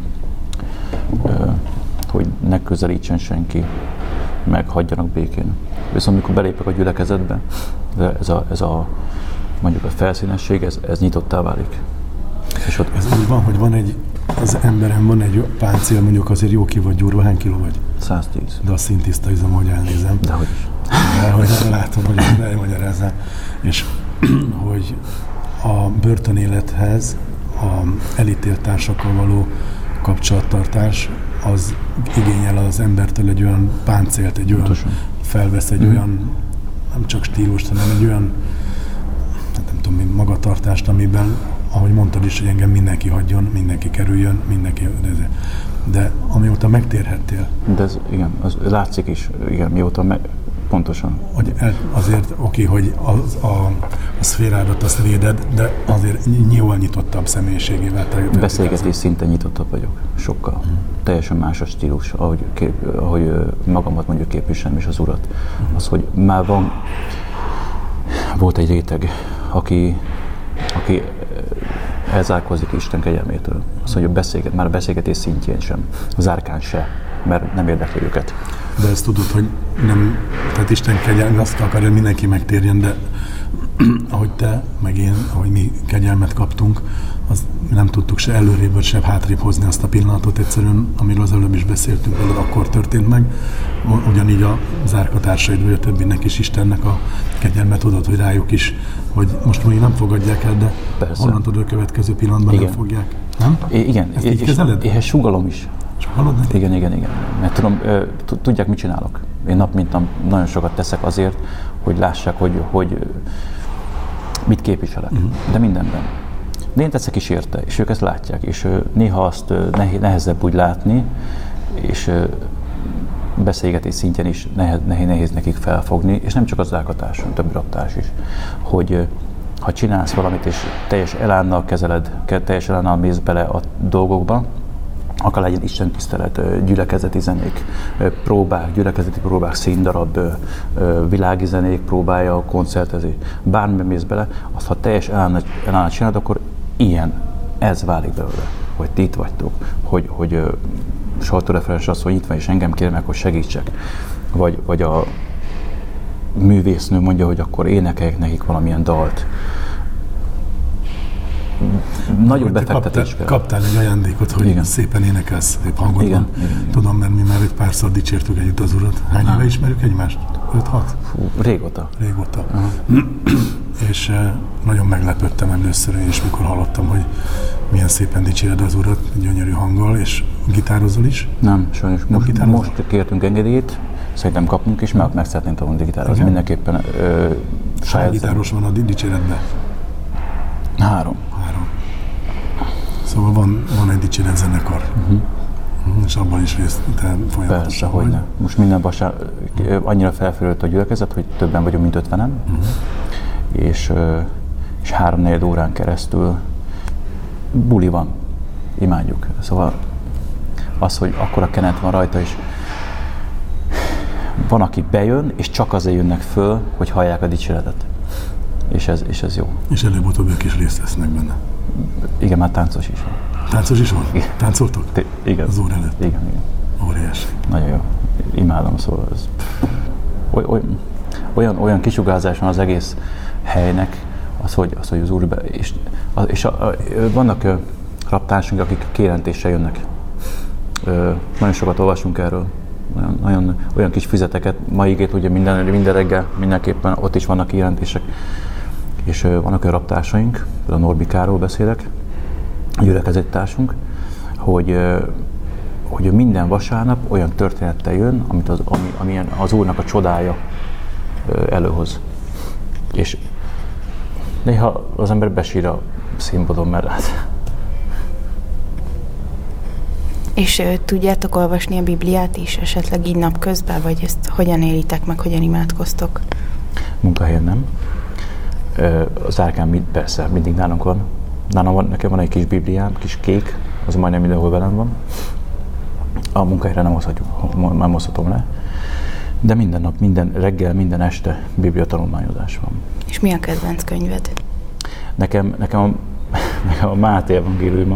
hogy ne közelítsen senki, meg hagyjanak békén. Viszont amikor belépek a gyülekezetbe, ez a mondjuk a felszínesség, ez nyitottá válik. És ott ez úgy van, hogy az emberen van egy páncél, mondjuk azért jó ki vagy gyúrva, hány kiló vagy? 110. De a szintiszta izom, ahogy elnézem. Dehogy is. De hogy látom, hogy elmagyarázzál. És hogy a börtönélethez a elítélt társakkal való kapcsolattartás az igényel az embertől egy olyan páncélt, egy olyan felvesz egy olyan, nem csak stílust, hanem egy olyan, nem tudom, magatartást, amiben, ahogy mondtad is, hogy engem mindenki hagyjon, mindenki kerüljön, mindenki, de amióta megtérhettél. De ez, igen, az látszik is, igen, mióta pontosan. Hogy azért oké, hogy a szférádat azt véded, de azért nyilván nyitottabb személyiségével. Beszélgetés szinten nyitottabb vagyok, sokkal. Teljesen más a stílus, ahogy magamat mondjuk képviselem és az Urat. Az, hogy már volt egy réteg, aki elzárkózik Isten kegyelmétől. Az, hogy már a beszélgetés szintjén sem, zárkán se, mert nem érdekli őket. De ezt tudod, hogy nem, tehát Isten kegyelme azt akarja, hogy mindenki megtérjen, de ahogy te, meg én, ahogy mi kegyelmet kaptunk, az nem tudtuk se előrébb, vagy se hátrébb hozni azt a pillanatot egyszerűen, amiről az előbb is beszéltünk veled, akkor történt meg. Ugyanígy a zárkatársaid, vagy a többinek is Istennek a kegyelmet tudod, hogy rájuk is, hogy most még nem fogadják el, de persze. Honnan tudod, a következő pillanatban igen. Nem fogják. Nem? Igen, ezt így kezeled? És sugalom is. Igen. Mert tudom, tudják, mit csinálok. Én nap mint nap nagyon sokat teszek azért, hogy lássák, hogy mit képviselek. De mindenben. De én tetszek is érte, és ők ezt látják, és néha azt nehezebb úgy látni, és beszélgetés szintjén is nehéz nekik felfogni, és nem csak az Ákatáson, többi raptárs is, hogy ha csinálsz valamit, és teljes elánnal kezeled, teljes elánnal mész bele a dolgokba, akár legyen Isten tisztelet, gyülekezeti zenék, gyülekezeti próbák, színdarab, világi zenék próbája, koncertezés, bármiben mész bele, azt ha teljes elánnal csinálod, akkor ez válik belőle, hogy ti itt vagytok, hogy sajtóreferens azt, hogy itt van, és engem kér meg, hogy segítsek. Vagy a művésznő mondja, hogy akkor énekeljek nekik valamilyen dalt. Nagyobb befektetés kell. Kaptál egy ajándékot, hogy igen. Szépen énekelsz, szép hangod van. Igen. Tudom, mert mi már egy párszor dicsértük együtt az Urat. Hány éve ismerjük egymást? 5-6? Régóta. És nagyon meglepődtem először, és mikor hallottam, hogy milyen szépen dicséred az Urat, gyönyörű hanggal, és gitározol is? Nem, sajnos. Most kértünk engedélyt, szerintem kapunk is, mert meg szeretném tanulni gitározni. Mindenképpen Hány gitáros van a dicséretben? 3. Szóval van egy dicséret zenekar. És abban is részt te folyamatosan. Persze, hogyne. Most minden vasárnap annyira felfelült a gyülekezet, hogy többen vagyunk, mint 50-en. És 3-4 órán keresztül buli van. Imádjuk. Szóval az, hogy akkora kenet van rajta, és van, aki bejön, és csak azért jönnek föl, hogy hallják a dicséretet. És ez jó. És előbb-utóbb ők is részt vesznek benne. Igen, már táncos is van. Táncos is van? Igen. Táncoltok? Igen. Az óra előtt? Igen. Óriási. Nagyon jó. Imádom, szóval ez olyan kisugárzás van az egész helynek, az, hogy az Úr vannak raptársunk, akik kijelentéssel jönnek. Nagyon sokat olvasunk erről. Olyan kis füzeteket, ma ígért ugye minden reggel mindenképpen ott is vannak kijelentések. És vannak olyan raptársaink, a Norbikáról beszélek, a gyülekezettársunk, hogy minden vasárnap olyan történettel jön, amilyen az Úrnak a csodája előhoz. És néha az ember besír a színpadon, mert hát... És tudjátok olvasni a Bibliát is, esetleg így napközben, vagy ezt hogyan élitek meg, hogyan imádkoztok? Munkahelyen nem. Az árkán persze mindig nálunk van. Nekem van egy kis Bibliám, kis kék, az majdnem mindenhol velem van. A munkahelyre nem hozhatom le. De minden nap, minden reggel, minden este Biblia tanulmányozás van. És mi a kedvenc könyved? Nekem a Máté evangéliuma,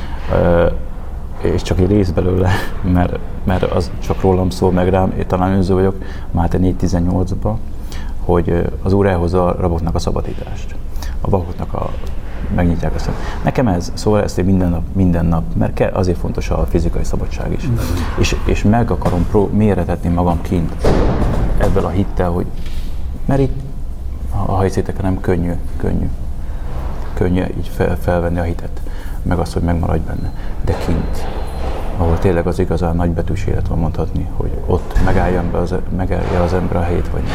és csak egy rész belőle, mert az csak rólam szól meg rám, én talán önző vagyok, Máté 4.18-ban, hogy az Úr elhozza a raboknak a szabadítást, a vakoknak megnyitják a szemet. Nekem ez, szóval ezt én minden nap, mert azért fontos a fizikai szabadság is. És meg akarom méretetni magam kint ebből a hittel, hogy mert itt, ha hiszitek, nem könnyű így felvenni a hitet, meg azt, hogy megmaradj benne. De kint, ahol tényleg az igazán nagybetűs élet van mondhatni, hogy ott megállja az ember a helyét, vagy nem.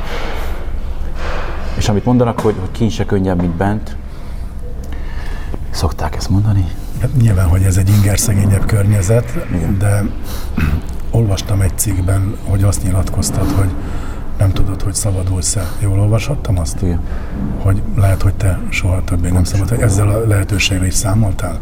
És amit mondanak, hogy kint se könnyebb, mint bent, szokták ezt mondani? Hát nyilván, hogy ez egy ingerszegényebb környezet, igen. De olvastam egy cikkben, hogy azt nyilatkoztad, hogy nem tudod, hogy szabadulsz-e. Jól olvashattam azt? Igen. Hogy lehet, hogy te soha többé nem szabad. Ezzel a lehetőségre is számoltál?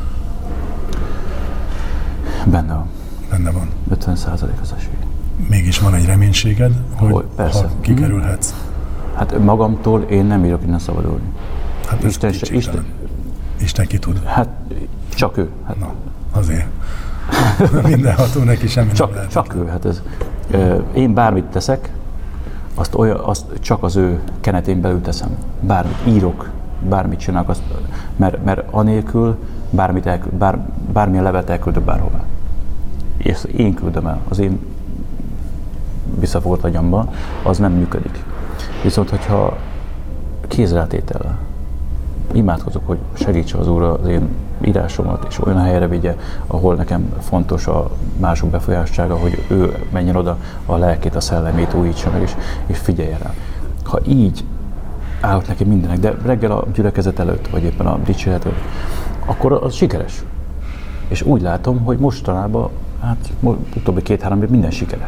Benne van. 50% az esély. Mégis van egy reménységed, hogy ha kikerülhetsz? Hát magamtól én nem bírok innen szabadulni. Hát Isten ki tud? Hát csak ő. Hát. Na, azért. Mindenható neki semmi nem lehet. Csak ő. Hát ez, én bármit teszek, azt csak az ő kenetén belül teszem. Bármit írok, bármit csinálok, mert anélkül bármilyen levelet elküldök bárhová. És én küldöm el, az én visszafogott agyamba, az nem működik. Viszont, hogyha kézretétellel imádkozok, hogy segítse az Úr az én írásomat, és olyan helyre vigye, ahol nekem fontos a mások befolyásoltsága, hogy ő menjen oda, a lelkét, a szellemét újítsa meg, és figyeljen rá. Ha így állok neki mindenek, de reggel a gyülekezet előtt, vagy éppen a dicséret előtt, akkor az sikeres. És úgy látom, hogy mostanában, hát utóbbi 2-3 évben minden sikeres.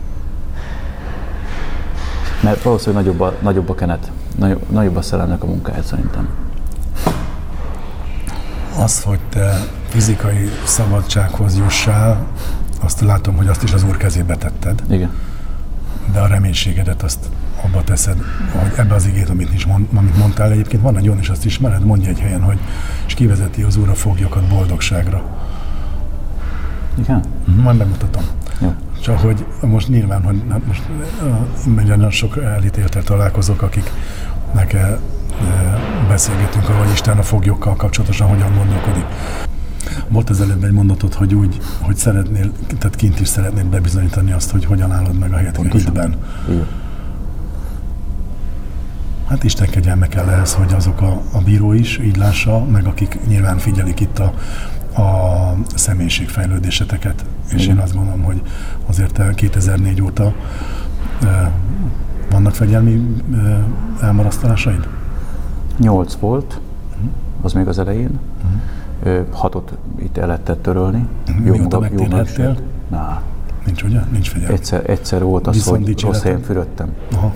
Mert valószínűleg nagyobb a kenet, nagyobb a szerelmnek a munkáját szerintem. Az, hogy te fizikai szabadsághoz jussál, azt látom, hogy azt is az Úr kezébe tetted. Igen. De a reménységedet azt abba teszed, hogy ebbe az igét, amit mondtál, egyébként van egy olyan, és azt ismered, mondja egy helyen, hogy és kivezeti az Úr a foglyokat boldogságra. Igen? Majd megmutatom. Jó. Csak hogy most nyilván, hogy most nagyon sok elítéltel találkozok, akiknek beszélgetünk arról, hogy Isten a foglyokkal kapcsolatosan hogyan gondolkodik. Volt az előbb egy mondatod, hogy úgy, hogy szeretnél, tehát kint is szeretnéd bebizonyítani azt, hogy hogyan állod meg a helyet a hitben. Igen. Hát Isten kegyelme kell ehhez, hogy azok a bíró is így lássa, meg akik nyilván figyelik itt a személyiségfejlődéseteket. És én azt gondolom, hogy azért 2004 óta vannak fegyelmi elmarasztalásaid? 8 volt, az még az elején. 6-ot itt el lehetett törölni. Mióta megtérhettél? Nincs, ugye? Nincs fegyelem. Egyszer volt az, hogy rossz helyen fürödtem.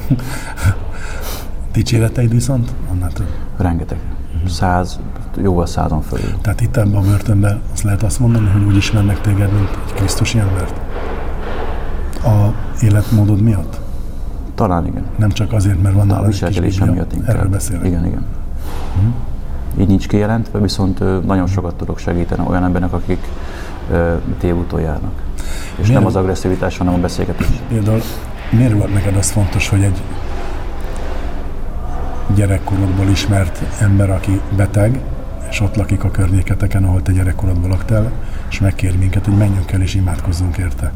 Dicséreteid viszont? Annál több. Rengeteg. 100, jóval 100-on fölül. Tehát itt ebben a börtönben azt mondani, hogy úgy ismernek téged, mint egy krisztusi embert? A életmódod miatt? Talán igen. Nem csak azért, mert van nálad egy kis Biblia? Erről beszélek. Igen. Így nincs kijelentve, viszont nagyon sokat tudok segíteni olyan embernek, akik tévúton járnak. És nem az agresszivitás, hanem a beszélgetés. Például miért volt neked az fontos, hogy egy gyerekkorodból ismert ember, aki beteg, és ott lakik a környéketeken, ahol te gyerekkorodból laktál, és megkér minket, hogy menjünk el és imádkozzunk érte.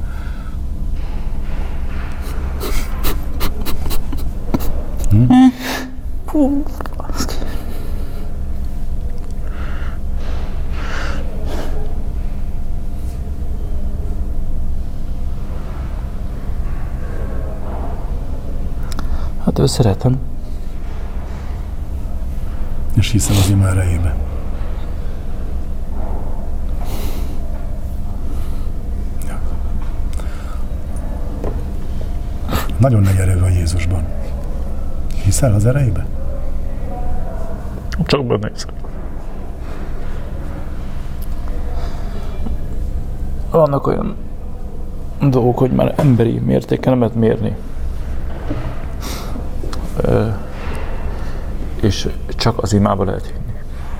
Hát ő szeretem. És hiszel az ima erejébe. Ja. Nagyon nagy erő van Jézusban. Hiszel az erejébe? Csak benne hiszek. Vannak olyan dolgok, hogy már emberi mértékkel nem lehet mérni. És csak az imába lehet hinni.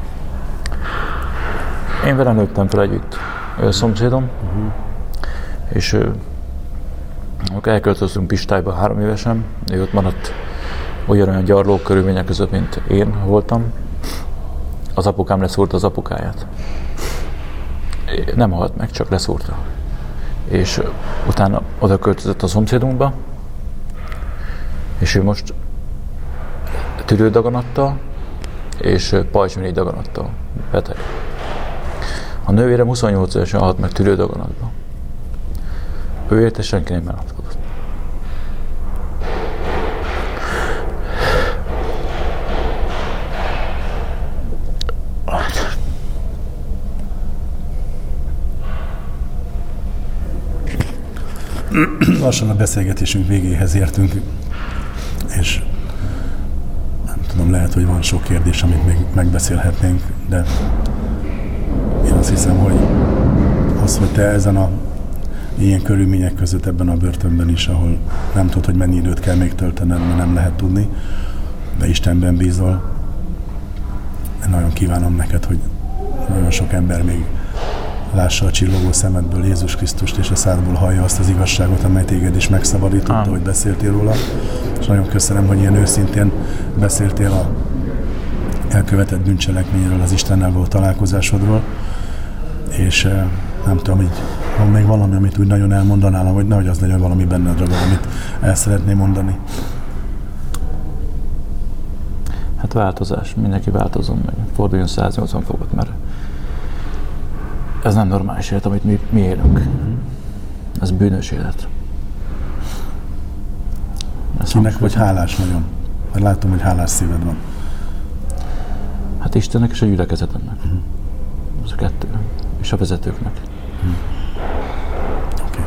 Én vele nőttem fel együtt, szomszédom, és amikor elköltöztünk Pistályba 3 évesen, ő ott maradt olyan gyarló körülmények között, mint én voltam. Az apukám leszúrta az apukáját. Nem halt meg, csak leszúrta. És utána oda költözött a szomszédunkba, és ő most tüdődaganattal és pajzsmirigy daganattal beteg. A nővérem 28 évesen halt meg tüdődaganatban. Ő érte, senki nem imádkozott. Lassan a beszélgetésünk végéhez értünk, és nem tudom, lehet, hogy van sok kérdés, amit még megbeszélhetnénk, de én azt hiszem, hogy az, hogy te ezen a ilyen körülmények között ebben a börtönben is, ahol nem tudod, hogy mennyi időt kell még töltened, mert nem lehet tudni, de Istenben bízol. Én nagyon kívánom neked, hogy nagyon sok ember még lássa a csillogó szemedből Jézus Krisztust, és a szádból hallja azt az igazságot, amely téged is megszabadított, hogy beszéltél róla. És nagyon köszönöm, hogy ilyen őszintén beszéltél a elkövetett bűncselekményről, az Istennel való találkozásodról. És nem tudom, így van még valami, amit úgy nagyon elmondanál, vagy nehogy az legyen valami benned ragad, amit el szeretném mondani. Hát változás, mindenki változom meg, forduljon 180 fokot, mert ez nem normális élet, amit mi élünk. Ez bűnös élet. Kinek vagy hálás nagyon? Mert látom, hogy hálás szíved van. Hát Istennek és a gyülekezetemnek. Ez a kettő. És a vezetőknek. Oké.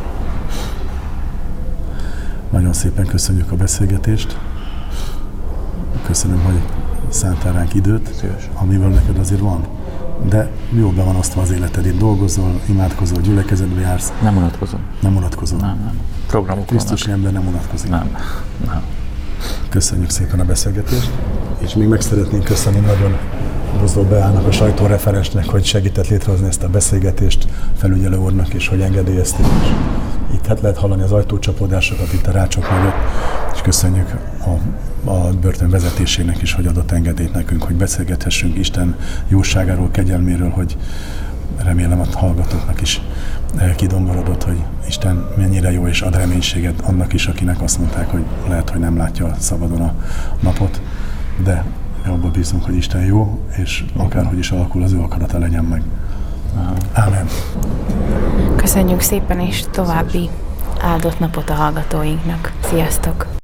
Nagyon szépen köszönjük a beszélgetést. Köszönöm, hogy szántál ránk időt, Szívesen. amivel neked azért van. De jól be van osztva az életed, itt dolgozol, imádkozol, gyülekezetbe jársz. Nem unatkozom. Nem unatkozol. Nem. Programok Krisztusi ember nem unatkozik. Nem. Köszönjük szépen a beszélgetést, és még meg szeretnénk köszönni nagyon Bozdó Beának, a sajtóreferensnek, hogy segített létrehozni ezt a beszélgetést, felügyelő úrnak is, hogy engedélyezték. Itt hát lehet hallani az ajtócsapódásokat itt a rácsok mögött, és köszönjük a börtön vezetésének is, hogy adott engedélyt nekünk, hogy beszélgethessünk Isten jóságáról, kegyelméről, hogy remélem a hallgatóknak is kidomborodott, hogy Isten mennyire jó, és ad reménységet annak is, akinek azt mondták, hogy lehet, hogy nem látja szabadon a napot, de abban bízunk, hogy Isten jó, és akárhogy is alakul, az ő akarata legyen meg. Ámen. Köszönjük szépen, és további áldott napot a hallgatóinknak. Sziasztok!